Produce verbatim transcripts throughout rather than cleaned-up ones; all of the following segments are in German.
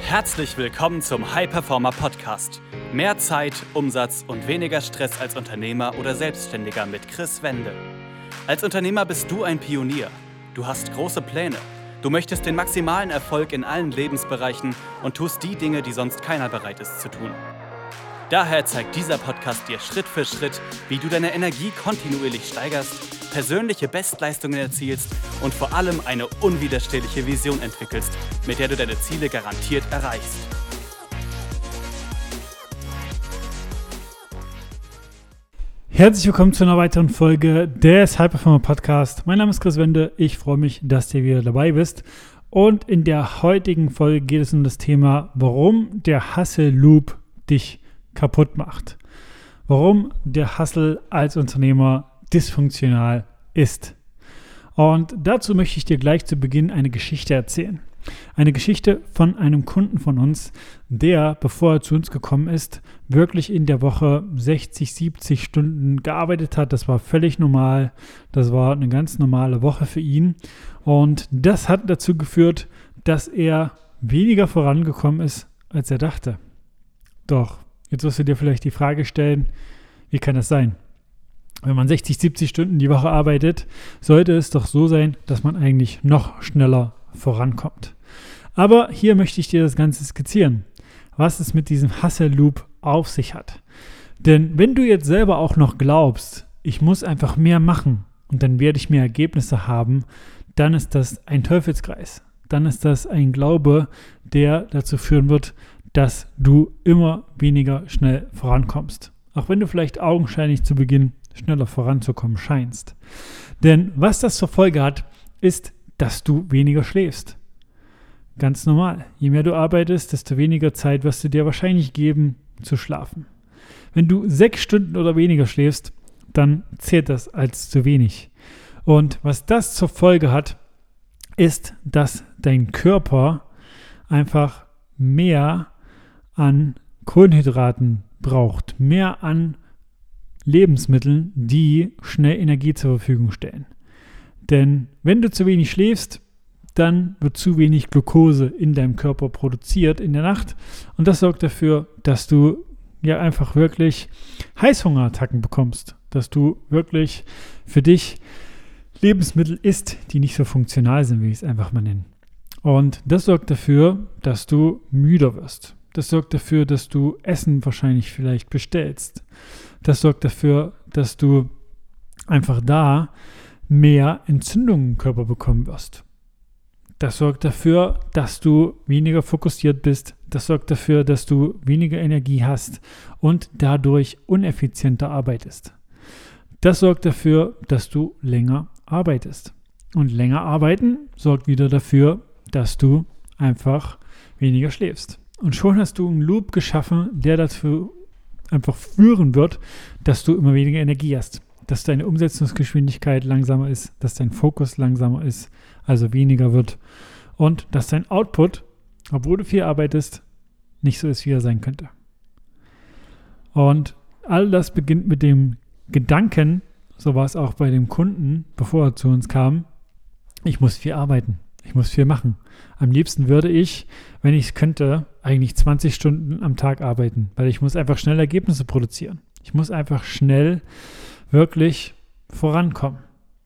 Herzlich willkommen zum High Performer Podcast. Mehr Zeit, Umsatz und weniger Stress als Unternehmer oder Selbstständiger mit Chris Wende. Als Unternehmer bist du ein Pionier. Du hast große Pläne. Du möchtest den maximalen Erfolg in allen Lebensbereichen und tust die Dinge, die sonst keiner bereit ist zu tun. Daher zeigt dieser Podcast dir Schritt für Schritt, wie du deine Energie kontinuierlich steigerst, persönliche Bestleistungen erzielst und vor allem eine unwiderstehliche Vision entwickelst, mit der du deine Ziele garantiert erreichst. Herzlich willkommen zu einer weiteren Folge des High Performer Podcast. Mein Name ist Chris Wende. Ich freue mich, dass du wieder dabei bist. Und in der heutigen Folge geht es um das Thema, warum der Hustle Loop dich kaputt macht. Warum der Hustle als Unternehmer dysfunktional ist. Und dazu möchte ich dir gleich zu Beginn eine Geschichte erzählen. Eine Geschichte von einem Kunden von uns, der, bevor er zu uns gekommen ist, wirklich in der Woche sechzig, siebzig Stunden gearbeitet hat. Das war völlig normal. Das war eine ganz normale Woche für ihn. Und das hat dazu geführt, dass er weniger vorangekommen ist, als er dachte. Doch, jetzt wirst du dir vielleicht die Frage stellen, wie kann das sein? Wenn man sechzig, siebzig Stunden die Woche arbeitet, sollte es doch so sein, dass man eigentlich noch schneller vorankommt. Aber hier möchte ich dir das Ganze skizzieren, was es mit diesem Hustle Loop auf sich hat. Denn wenn du jetzt selber auch noch glaubst, ich muss einfach mehr machen und dann werde ich mehr Ergebnisse haben, dann ist das ein Teufelskreis. Dann ist das ein Glaube, der dazu führen wird, dass du immer weniger schnell vorankommst. Auch wenn du vielleicht augenscheinlich zu Beginn schneller voranzukommen scheinst. Denn was das zur Folge hat, ist, dass du weniger schläfst. Ganz normal. Je mehr du arbeitest, desto weniger Zeit wirst du dir wahrscheinlich geben, zu schlafen. Wenn du sechs Stunden oder weniger schläfst, dann zählt das als zu wenig. Und was das zur Folge hat, ist, dass dein Körper einfach mehr an Kohlenhydraten braucht, mehr an Lebensmitteln, die schnell Energie zur Verfügung stellen. Denn wenn du zu wenig schläfst, dann wird zu wenig Glucose in deinem Körper produziert in der Nacht und das sorgt dafür, dass du ja einfach wirklich Heißhungerattacken bekommst, dass du wirklich für dich Lebensmittel isst, die nicht so funktional sind, wie ich es einfach mal nenne. Und das sorgt dafür, dass du müder wirst. Das sorgt dafür, dass du Essen wahrscheinlich vielleicht bestellst. Das sorgt dafür, dass du einfach da mehr Entzündungen im Körper bekommen wirst. Das sorgt dafür, dass du weniger fokussiert bist. Das sorgt dafür, dass du weniger Energie hast und dadurch uneffizienter arbeitest. Das sorgt dafür, dass du länger arbeitest. Und länger arbeiten sorgt wieder dafür, dass du einfach weniger schläfst. Und schon hast du einen Loop geschaffen, der dazu einfach führen wird, dass du immer weniger Energie hast, dass deine Umsetzungsgeschwindigkeit langsamer ist, dass dein Fokus langsamer ist, also weniger wird und dass dein Output, obwohl du viel arbeitest, nicht so ist, wie er sein könnte. Und all das beginnt mit dem Gedanken, so war es auch bei dem Kunden, bevor er zu uns kam, ich muss viel arbeiten. Ich muss viel machen. Am liebsten würde ich, wenn ich es könnte, eigentlich zwanzig Stunden am Tag arbeiten, weil ich muss einfach schnell Ergebnisse produzieren. Ich muss einfach schnell wirklich vorankommen.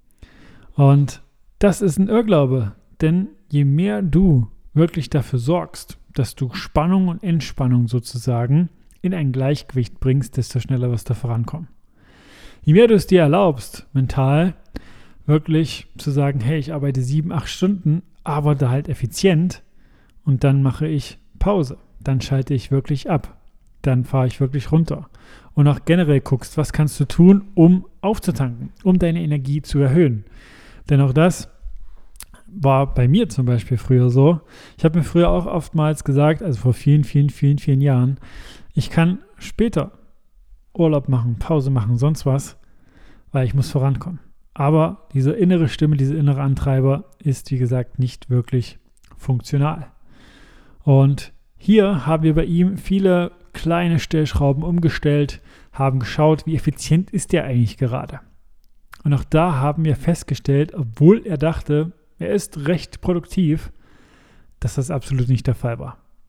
Und das ist ein Irrglaube, denn je mehr du wirklich dafür sorgst, dass du Spannung und Entspannung sozusagen in ein Gleichgewicht bringst, desto schneller wirst du vorankommen. Je mehr du es dir erlaubst, mental wirklich zu sagen, hey, ich arbeite sieben, acht Stunden, arbeite halt effizient und dann mache ich Pause. Dann schalte ich wirklich ab. Dann fahre ich wirklich runter. Und auch generell guckst, was kannst du tun, um aufzutanken, um deine Energie zu erhöhen. Denn auch das war bei mir zum Beispiel früher so. Ich habe mir früher auch oftmals gesagt, also vor vielen, vielen, vielen, vielen Jahren, ich kann später Urlaub machen, Pause machen, sonst was, weil ich muss vorankommen. Aber diese innere Stimme, dieser innere Antreiber ist, wie gesagt, nicht wirklich funktional. Und hier haben wir bei ihm viele kleine Stellschrauben umgestellt, haben geschaut, wie effizient ist der eigentlich gerade. Und auch da haben wir festgestellt, obwohl er dachte, er ist recht produktiv, dass das absolut nicht der Fall war.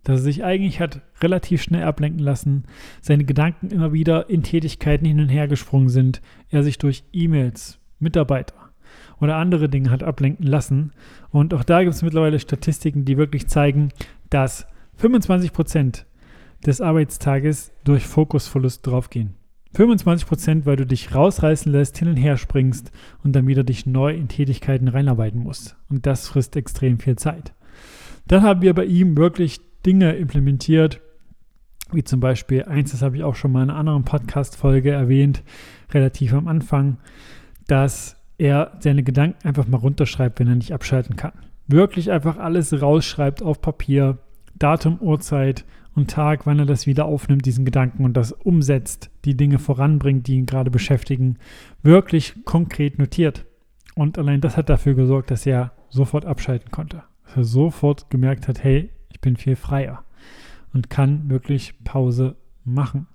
dass er sich eigentlich hat relativ schnell ablenken lassen, seine Gedanken immer wieder in Tätigkeiten hin und her gesprungen sind, er sich durch E-Mails, Mitarbeiter oder andere Dinge hat ablenken lassen. Und auch da gibt es mittlerweile Statistiken, die wirklich zeigen, dass fünfundzwanzig Prozent des Arbeitstages durch Fokusverlust draufgehen. fünfundzwanzig Prozent, weil du dich rausreißen lässt, hin und her springst und dann wieder dich neu in Tätigkeiten reinarbeiten musst. Und das frisst extrem viel Zeit. Dann haben wir bei ihm wirklich Dinge implementiert, wie zum Beispiel eins, das habe ich auch schon mal in einer anderen Podcast-Folge erwähnt, relativ am Anfang, dass er seine Gedanken einfach mal runterschreibt, wenn er nicht abschalten kann. Wirklich einfach alles rausschreibt auf Papier, Datum, Uhrzeit und Tag, wann er das wieder aufnimmt, diesen Gedanken, und das umsetzt, die Dinge voranbringt, die ihn gerade beschäftigen, wirklich konkret notiert. Und allein das hat dafür gesorgt, dass er sofort abschalten konnte. Dass er sofort gemerkt hat, hey, ich bin viel freier und kann wirklich Pause machen.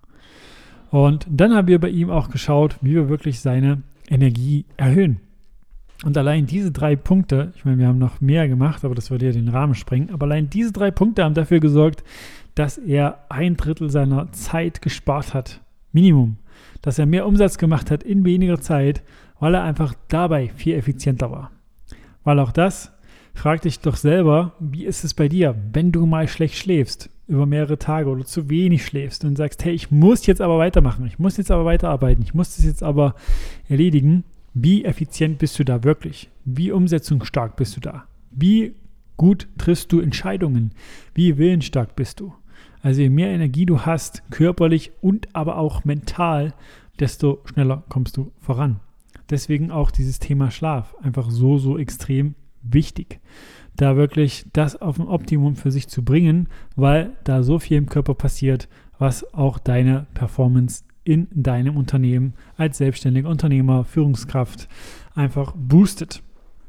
Und dann haben wir bei ihm auch geschaut, wie wir wirklich seine Energie erhöhen. Und allein diese drei Punkte, ich meine, wir haben noch mehr gemacht, aber das würde ja den Rahmen sprengen, aber allein diese drei Punkte haben dafür gesorgt, dass er ein Drittel seiner Zeit gespart hat, Minimum. Dass er mehr Umsatz gemacht hat in weniger Zeit, weil er einfach dabei viel effizienter war. Weil auch das, frag dich doch selber, wie ist es bei dir, wenn du mal schlecht schläfst, über mehrere Tage oder zu wenig schläfst und sagst, hey, ich muss jetzt aber weitermachen, ich muss jetzt aber weiterarbeiten, ich muss das jetzt aber erledigen. Wie effizient bist du da wirklich? Wie umsetzungsstark bist du da? Wie gut triffst du Entscheidungen? Wie willensstark bist du? Also je mehr Energie du hast, körperlich und aber auch mental, desto schneller kommst du voran. Deswegen auch dieses Thema Schlaf einfach so, so extrem wichtig, da wirklich das auf ein Optimum für sich zu bringen, weil da so viel im Körper passiert, was auch deine Performance in deinem Unternehmen als selbstständiger Unternehmer, Führungskraft einfach boostet.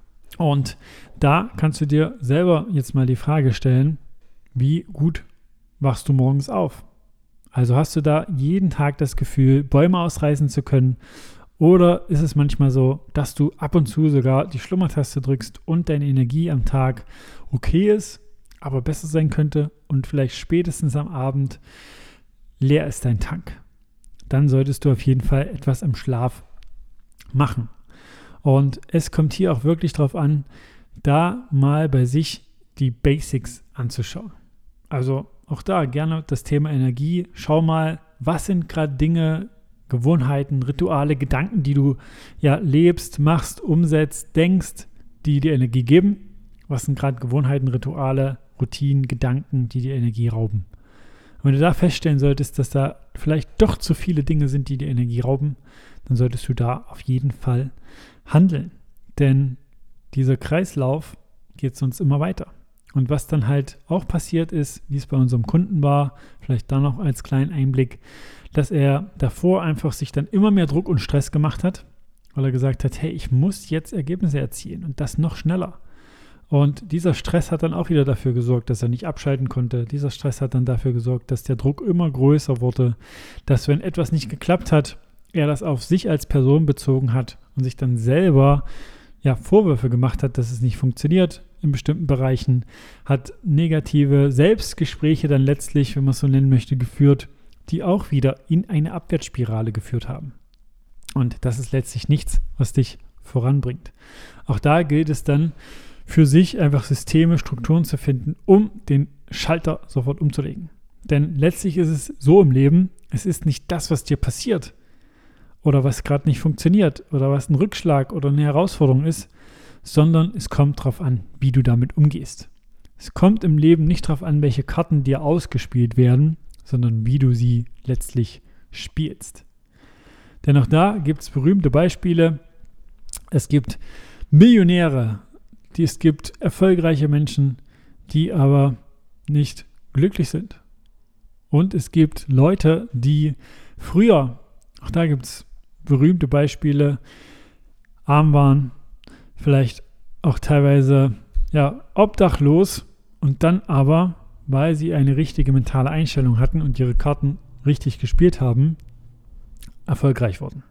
Und da kannst du dir selber jetzt mal die Frage stellen, wie gut wachst du morgens auf? Also hast du da jeden Tag das Gefühl, Bäume ausreißen zu können? Oder ist es manchmal so, dass du ab und zu sogar die Schlummertaste drückst und deine Energie am Tag okay ist, aber besser sein könnte und vielleicht spätestens am Abend leer ist dein Tank? Dann solltest du auf jeden Fall etwas im Schlaf machen. Und es kommt hier auch wirklich darauf an, da mal bei sich die Basics anzuschauen. Also auch da gerne das Thema Energie. Schau mal, was sind gerade Dinge, Gewohnheiten, Rituale, Gedanken, die du ja lebst, machst, umsetzt, denkst, die dir Energie geben. Was sind gerade Gewohnheiten, Rituale, Routinen, Gedanken, die dir Energie rauben? Und wenn du da feststellen solltest, dass da vielleicht doch zu viele Dinge sind, die dir Energie rauben, dann solltest du da auf jeden Fall handeln. Denn dieser Kreislauf geht sonst immer weiter. Und was dann halt auch passiert ist, wie es bei unserem Kunden war, vielleicht da noch als kleinen Einblick, dass er davor einfach sich dann immer mehr Druck und Stress gemacht hat, weil er gesagt hat, hey, ich muss jetzt Ergebnisse erzielen und das noch schneller. Und dieser Stress hat dann auch wieder dafür gesorgt, dass er nicht abschalten konnte. Dieser Stress hat dann dafür gesorgt, dass der Druck immer größer wurde, dass wenn etwas nicht geklappt hat, er das auf sich als Person bezogen hat und sich dann selber ja, Vorwürfe gemacht hat, dass es nicht funktioniert in bestimmten Bereichen, hat negative Selbstgespräche dann letztlich, wenn man es so nennen möchte, geführt, die auch wieder in eine Abwärtsspirale geführt haben. Und das ist letztlich nichts, was dich voranbringt. Auch da gilt es dann, für sich einfach Systeme, Strukturen zu finden, um den Schalter sofort umzulegen. Denn letztlich ist es so im Leben, es ist nicht das, was dir passiert oder was gerade nicht funktioniert oder was ein Rückschlag oder eine Herausforderung ist, sondern es kommt darauf an, wie du damit umgehst. Es kommt im Leben nicht darauf an, welche Karten dir ausgespielt werden, sondern wie du sie letztlich spielst. Denn auch da gibt es berühmte Beispiele. Es gibt Millionäre, die es gibt erfolgreiche Menschen, die aber nicht glücklich sind. Und es gibt Leute, die früher, auch da gibt es berühmte Beispiele, arm waren, vielleicht auch teilweise ja, obdachlos und dann aber, weil sie eine richtige mentale Einstellung hatten und ihre Karten richtig gespielt haben, erfolgreich wurden.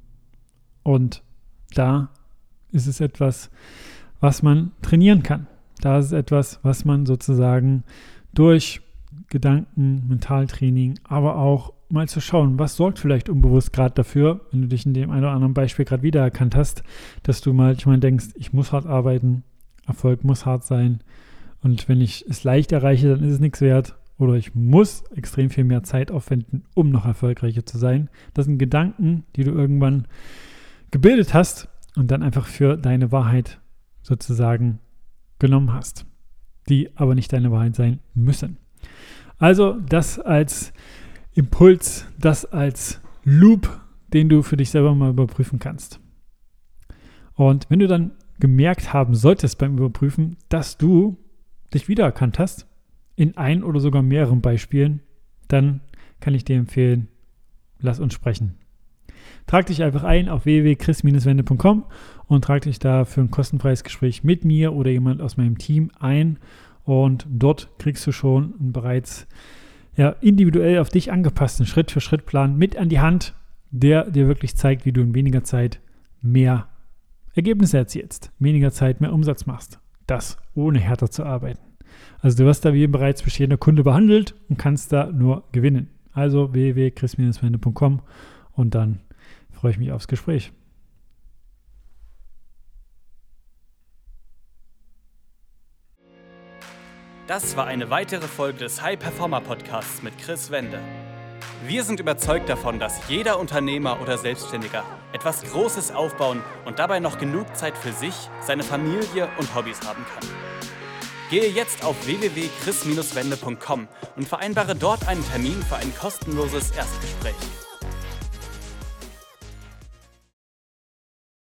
Und da ist es etwas, was man trainieren kann. Da ist es etwas, was man sozusagen durch Gedanken, Mentaltraining, aber auch mal zu schauen, was sorgt vielleicht unbewusst gerade dafür, wenn du dich in dem einen oder anderen Beispiel gerade wiedererkannt hast, dass du manchmal denkst, ich muss hart arbeiten, Erfolg muss hart sein und wenn ich es leicht erreiche, dann ist es nichts wert oder ich muss extrem viel mehr Zeit aufwenden, um noch erfolgreicher zu sein. Das sind Gedanken, die du irgendwann gebildet hast und dann einfach für deine Wahrheit sozusagen genommen hast, die aber nicht deine Wahrheit sein müssen. Also das als Impuls, das als Loop, den du für dich selber mal überprüfen kannst. Und wenn du dann gemerkt haben solltest beim Überprüfen, dass du dich wiedererkannt hast, in ein oder sogar mehreren Beispielen, dann kann ich dir empfehlen, lass uns sprechen. Trag dich einfach ein auf w w w punkt chris Bindestrich wende punkt com und trag dich da für ein kostenfreies Gespräch mit mir oder jemand aus meinem Team ein. Und dort kriegst du schon einen bereits ja, individuell auf dich angepassten Schritt-für-Schritt-Plan mit an die Hand, der dir wirklich zeigt, wie du in weniger Zeit mehr Ergebnisse erzielst, weniger Zeit mehr Umsatz machst. Das ohne härter zu arbeiten. Also du wirst da wie ein bereits bestehender Kunde behandelt und kannst da nur gewinnen. Also w w w punkt chris Bindestrich wende punkt com und dann freue ich mich aufs Gespräch. Das war eine weitere Folge des High Performer Podcasts mit Chris Wende. Wir sind überzeugt davon, dass jeder Unternehmer oder Selbstständiger etwas Großes aufbauen und dabei noch genug Zeit für sich, seine Familie und Hobbys haben kann. Gehe jetzt auf w w w punkt chris Bindestrich wende punkt com und vereinbare dort einen Termin für ein kostenloses Erstgespräch.